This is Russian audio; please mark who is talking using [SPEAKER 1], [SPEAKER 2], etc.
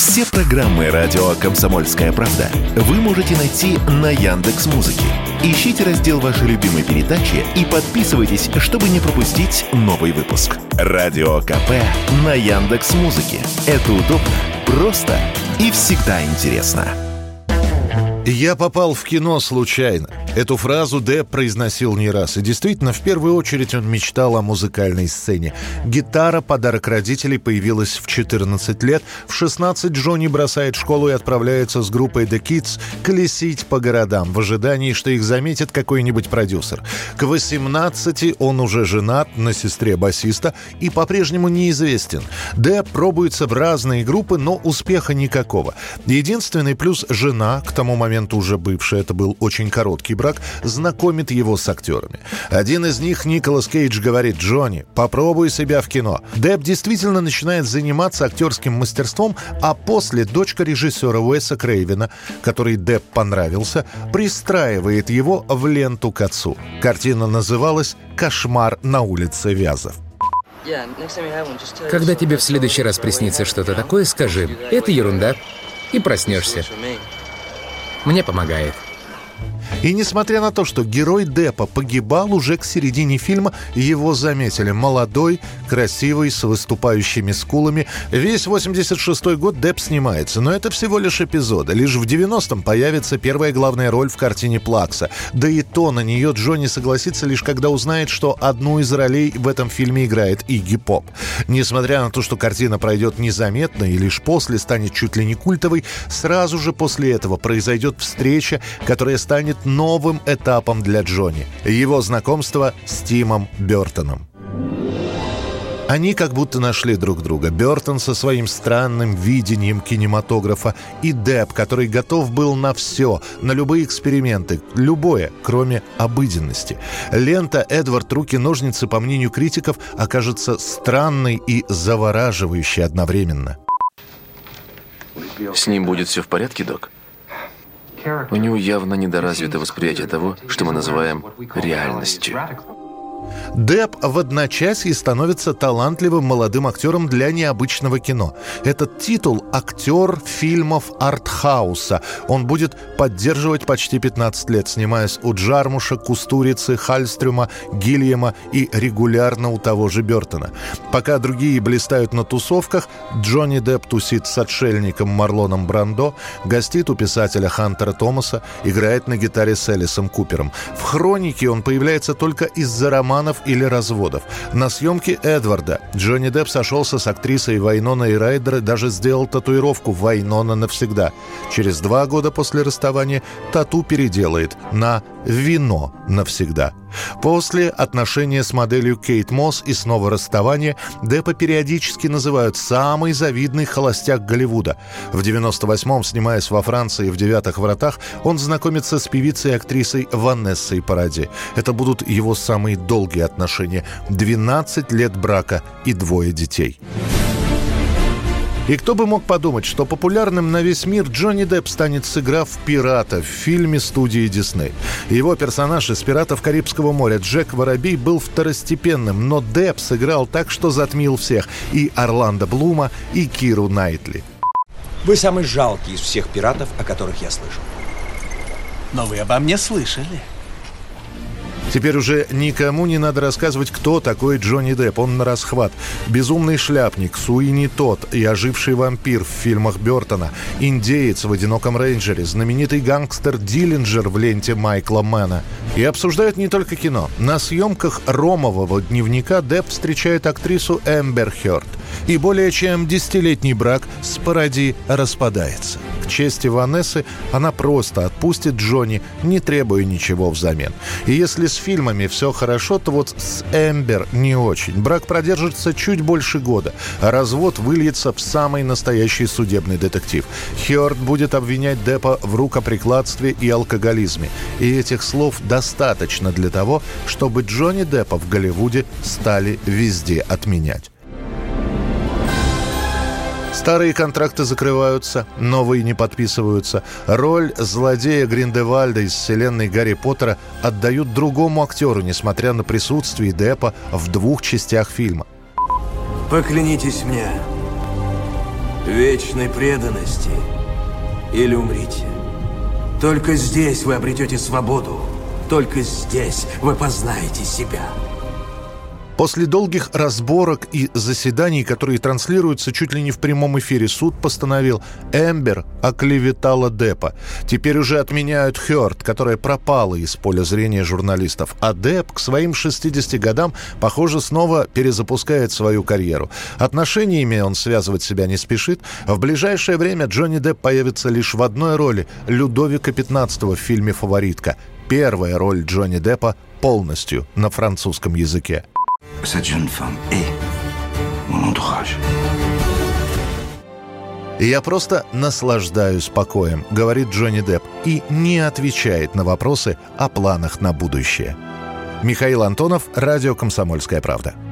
[SPEAKER 1] Все программы радио «Комсомольская правда» вы можете найти на Яндекс.Музыке. Ищите раздел вашей любимой передачи и подписывайтесь, чтобы не пропустить новый выпуск. Радио КП на Яндекс.Музыке. Это удобно, просто и всегда интересно.
[SPEAKER 2] «Я попал в кино случайно». Эту фразу Депп произносил не раз. И действительно, в первую очередь он мечтал о музыкальной сцене. Гитара, подарок родителей, появилась в 14 лет. В 16 Джонни бросает школу и отправляется с группой The Kids колесить по городам в ожидании, что их заметит какой-нибудь продюсер. К 18 он уже женат на сестре басиста и по-прежнему неизвестен. Депп пробуется в разные группы, но успеха никакого. Единственный плюс — жена, к тому моменту уже бывшая, это был очень короткий брак, знакомит его с актерами. Один из них, Николас Кейдж, говорит: «Джонни, попробуй себя в кино». Депп действительно начинает заниматься актерским мастерством, а после дочка режиссера Уэса Крейвена, который Депп понравился, пристраивает его в ленту к отцу. Картина называлась «Кошмар на улице Вязов».
[SPEAKER 3] Когда тебе в следующий раз приснится что-то такое, скажи: «Это ерунда», и проснешься. Мне помогает.
[SPEAKER 2] И несмотря на то, что герой Деппа погибал, уже к середине фильма его заметили. Молодой, красивый, с выступающими скулами. Весь 86-й год Депп снимается, но это всего лишь эпизоды. Лишь в 90-м появится первая главная роль в картине «Плакса». Да и то на нее Джонни согласится лишь когда узнает, что одну из ролей в этом фильме играет Игги Поп. Несмотря на то, что картина пройдет незаметно и лишь после станет чуть ли не культовой, сразу же после этого произойдет встреча, которая станет новым этапом для Джонни. Его знакомство с Тимом Бёртоном. Они как будто нашли друг друга. Бёртон со своим странным видением кинематографа и Депп, который готов был на все, на любые эксперименты, любое, кроме обыденности. Лента «Эдвард. Руки-ножницы», по мнению критиков, окажется странной и завораживающей одновременно.
[SPEAKER 4] С ним будет все в порядке, док? У него явно недоразвито восприятие того, что мы называем реальностью.
[SPEAKER 2] Депп в одночасье становится талантливым молодым актером для необычного кино. Этот титул — актер фильмов артхауса. Он будет поддерживать почти 15 лет, снимаясь у Джармуша, Кустурицы, Хальстрюма, Гильяма и регулярно у того же Бёртона. Пока другие блистают на тусовках, Джонни Депп тусит с отшельником Марлоном Брандо, гостит у писателя Хантера Томаса, играет на гитаре с Элисом Купером. В «Хронике» он появляется только из-за романов или разводов. На съемке «Эдварда» Джонни Депп сошелся с актрисой Вайноной Райдер и даже сделал татуировку «Вайнона навсегда». Через 2 года после расставания тату переделает на «Вино навсегда». После отношения с моделью Кейт Мосс и снова расставание, Деппа периодически называют «самый завидный холостяк Голливуда». В 98-м, снимаясь во Франции в «Девятых вратах», он знакомится с певицей и актрисой Ванессой Паради. Это будут его самые долгие отношения. 12 лет брака и 2 детей. И кто бы мог подумать, что популярным на весь мир Джонни Депп станет, сыграв пирата в фильме студии Дисней. Его персонаж из «Пиратов Карибского моря» Джек Воробей был второстепенным, но Депп сыграл так, что затмил всех — и Орландо Блума, и Киру Найтли.
[SPEAKER 5] Вы самый жалкий из всех пиратов, о которых я слышал.
[SPEAKER 6] Но вы обо мне слышали.
[SPEAKER 2] Теперь уже никому не надо рассказывать, кто такой Джонни Депп. Он нарасхват. Безумный шляпник, Суини Тодд и оживший вампир в фильмах Бёртона, индеец в «Одиноком рейнджере», знаменитый гангстер Диллинджер в ленте Майкла Мэна. И обсуждают не только кино. На съемках «Ромового дневника» Депп встречает актрису Эмбер Хёрд. И более чем 10-летний брак с Паради распадается. К чести Ванессы, она просто отпустит Джонни, не требуя ничего взамен. И если с фильмами все хорошо, то вот с Эмбер не очень. Брак продержится чуть больше года, а развод выльется в самый настоящий судебный детектив. Хёрд будет обвинять Деппа в рукоприкладстве и алкоголизме. И этих слов достаточно для того, чтобы Джонни Деппа в Голливуде стали везде отменять. Старые контракты закрываются, новые не подписываются. Роль злодея Гриндевальда из вселенной Гарри Поттера отдают другому актеру, несмотря на присутствие Деппа в 2 частях фильма.
[SPEAKER 7] Поклянитесь мне, вечной преданности или умрите. Только здесь вы обретете свободу. Только здесь вы познаете себя.
[SPEAKER 2] После долгих разборок и заседаний, которые транслируются чуть ли не в прямом эфире, суд постановил: Эмбер оклеветала Деппа. Теперь уже отменяют Хёрд, которая пропала из поля зрения журналистов. А Депп к своим 60 годам, похоже, снова перезапускает свою карьеру. Отношениями он связывать себя не спешит. В ближайшее время Джонни Депп появится лишь в одной роли – Людовика XV в фильме «Фаворитка». Первая роль Джонни Деппа полностью на французском языке.
[SPEAKER 8] Cette jeune femme est mon entourage.
[SPEAKER 2] «Я просто наслаждаюсь покоем», — говорит Джонни Депп, и не отвечает на вопросы о планах на будущее. Михаил Антонов, радио «Комсомольская правда».